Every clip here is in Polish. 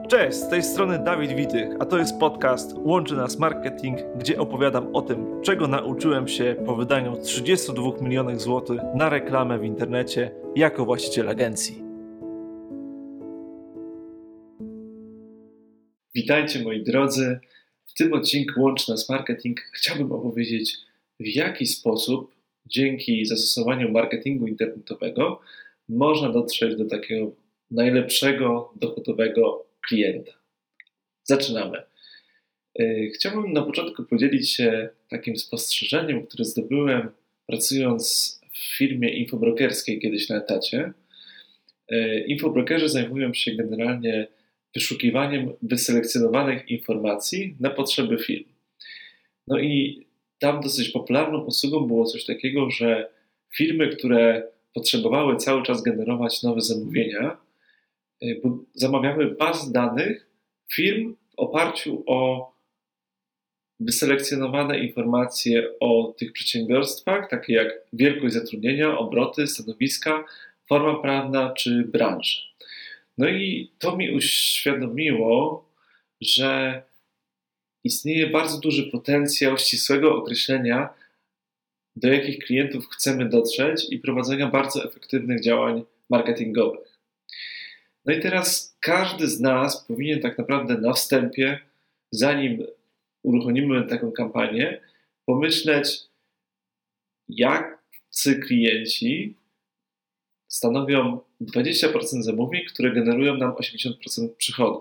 Cześć, z tej strony Dawid Witych, a to jest podcast Łączy Nas Marketing, gdzie opowiadam o tym, czego nauczyłem się po wydaniu 32 milionów złotych na reklamę w internecie jako właściciel agencji. Witajcie moi drodzy. W tym odcinku Łączy Nas Marketing chciałbym opowiedzieć, w jaki sposób dzięki zastosowaniu marketingu internetowego można dotrzeć do takiego najlepszego dochodowego klienta. Zaczynamy. Chciałbym na początku podzielić się takim spostrzeżeniem, które zdobyłem pracując w firmie infobrokerskiej kiedyś na etacie. Infobrokerzy zajmują się generalnie wyszukiwaniem wyselekcjonowanych informacji na potrzeby firm. No i tam dosyć popularną usługą było coś takiego, że firmy, które potrzebowały cały czas generować nowe zamówienia, zamawiały bazy danych firm w oparciu o wyselekcjonowane informacje o tych przedsiębiorstwach, takie jak wielkość zatrudnienia, obroty, stanowiska, forma prawna czy branże. No i to mi uświadomiło, że istnieje bardzo duży potencjał ścisłego określenia, do jakich klientów chcemy dotrzeć i prowadzenia bardzo efektywnych działań marketingowych. No i teraz każdy z nas powinien tak naprawdę na wstępie, zanim uruchomimy taką kampanię, pomyśleć, jacy klienci stanowią 20% zamówień, które generują nam 80% przychodów.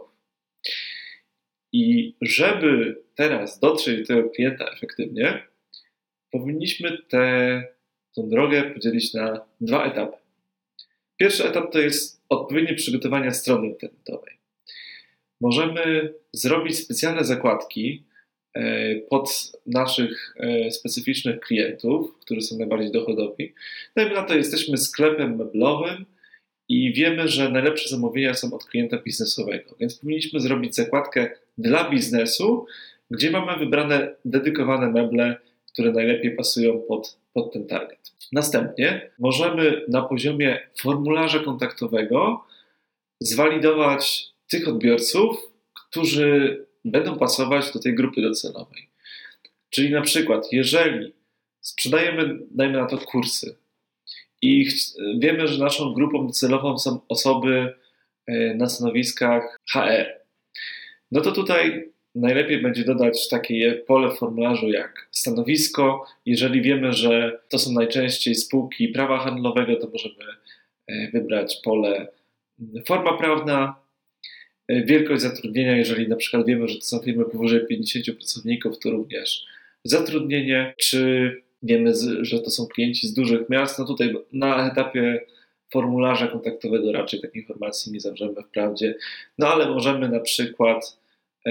I żeby teraz dotrzeć do tego klienta efektywnie, powinniśmy tę drogę podzielić na dwa etapy. Pierwszy etap to jest odpowiednie przygotowanie strony internetowej. Możemy zrobić specjalne zakładki pod naszych specyficznych klientów, którzy są najbardziej dochodowi. Dajmy na to, jesteśmy sklepem meblowym i wiemy, że najlepsze zamówienia są od klienta biznesowego, więc powinniśmy zrobić zakładkę dla biznesu, gdzie mamy wybrane dedykowane meble, które najlepiej pasują pod ten target. Następnie możemy na poziomie formularza kontaktowego zwalidować tych odbiorców, którzy będą pasować do tej grupy docelowej. Czyli na przykład, jeżeli sprzedajemy, dajmy na to, kursy i wiemy, że naszą grupą docelową są osoby na stanowiskach HR, no to tutaj najlepiej będzie dodać takie pole w formularzu jak stanowisko. Jeżeli wiemy, że to są najczęściej spółki prawa handlowego, to możemy wybrać pole forma prawna, wielkość zatrudnienia. Jeżeli na przykład wiemy, że to są firmy powyżej 50 pracowników, to również zatrudnienie. Czy wiemy, że to są klienci z dużych miast, no tutaj na etapie formularza kontaktowego raczej takiej informacji nie zawrzemy wprawdzie. No ale możemy na przykład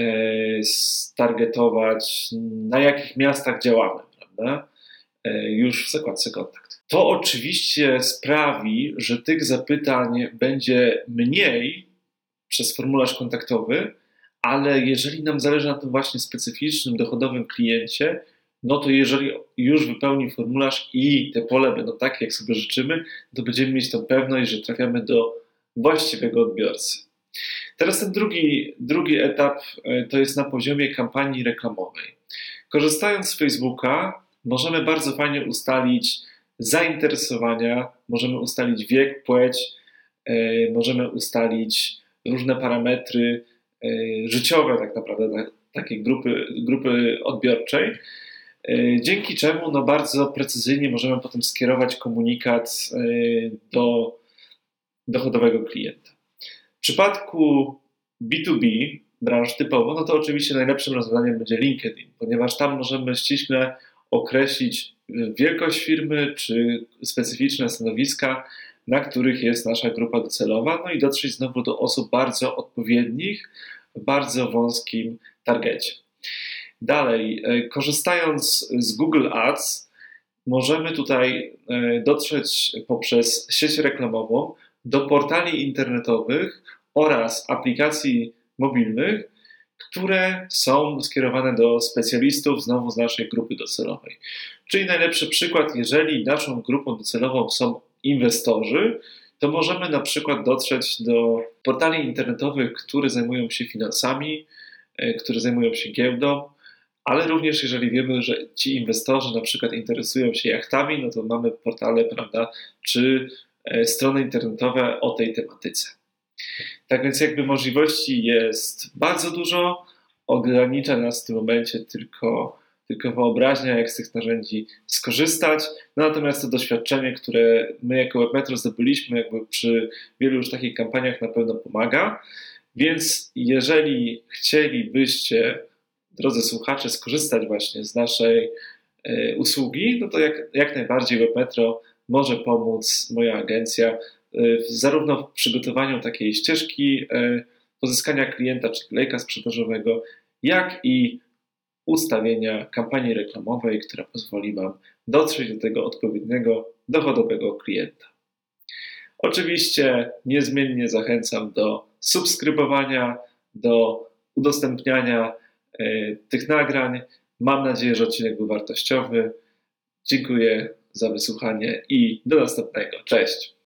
stargetować, na jakich miastach działamy, prawda? Już w zakładce kontakt. To oczywiście sprawi, że tych zapytań będzie mniej przez formularz kontaktowy, ale jeżeli nam zależy na tym właśnie specyficznym, dochodowym kliencie, no to jeżeli już wypełni formularz i te pole będą takie, jak sobie życzymy, to będziemy mieć tą pewność, że trafiamy do właściwego odbiorcy. Teraz ten drugi etap to jest na poziomie kampanii reklamowej. Korzystając z Facebooka możemy bardzo fajnie ustalić zainteresowania, możemy ustalić wiek, płeć, możemy ustalić różne parametry życiowe tak naprawdę takiej grupy odbiorczej, dzięki czemu bardzo precyzyjnie możemy potem skierować komunikat do dochodowego klienta. W przypadku B2B, branż typowo, no to oczywiście najlepszym rozwiązaniem będzie LinkedIn, ponieważ tam możemy ściśle określić wielkość firmy czy specyficzne stanowiska, na których jest nasza grupa docelowa, no i dotrzeć znowu do osób bardzo odpowiednich w bardzo wąskim targecie. Dalej, korzystając z Google Ads, możemy tutaj dotrzeć poprzez sieć reklamową do portali internetowych oraz aplikacji mobilnych, które są skierowane do specjalistów znowu z naszej grupy docelowej. Czyli najlepszy przykład, jeżeli naszą grupą docelową są inwestorzy, to możemy na przykład dotrzeć do portali internetowych, które zajmują się finansami, które zajmują się giełdą, ale również jeżeli wiemy, że ci inwestorzy na przykład interesują się jachtami, no to mamy portale, prawda, czy strony internetowe o tej tematyce. Tak więc jakby możliwości jest bardzo dużo, ogranicza nas w tym momencie tylko wyobraźnia, jak z tych narzędzi skorzystać. No, natomiast to doświadczenie, które my jako WebMetro zdobyliśmy jakby przy wielu już takich kampaniach, na pewno pomaga. Więc jeżeli chcielibyście, drodzy słuchacze, skorzystać właśnie z naszej usługi, no to jak najbardziej WebMetro może pomóc, moja agencja, zarówno w przygotowaniu takiej ścieżki pozyskania klienta czy lejka sprzedażowego, jak i ustawienia kampanii reklamowej, która pozwoli Wam dotrzeć do tego odpowiedniego, dochodowego klienta. Oczywiście niezmiennie zachęcam do subskrybowania, do udostępniania tych nagrań. Mam nadzieję, że odcinek był wartościowy. Dziękuję za wysłuchanie i do następnego. Cześć!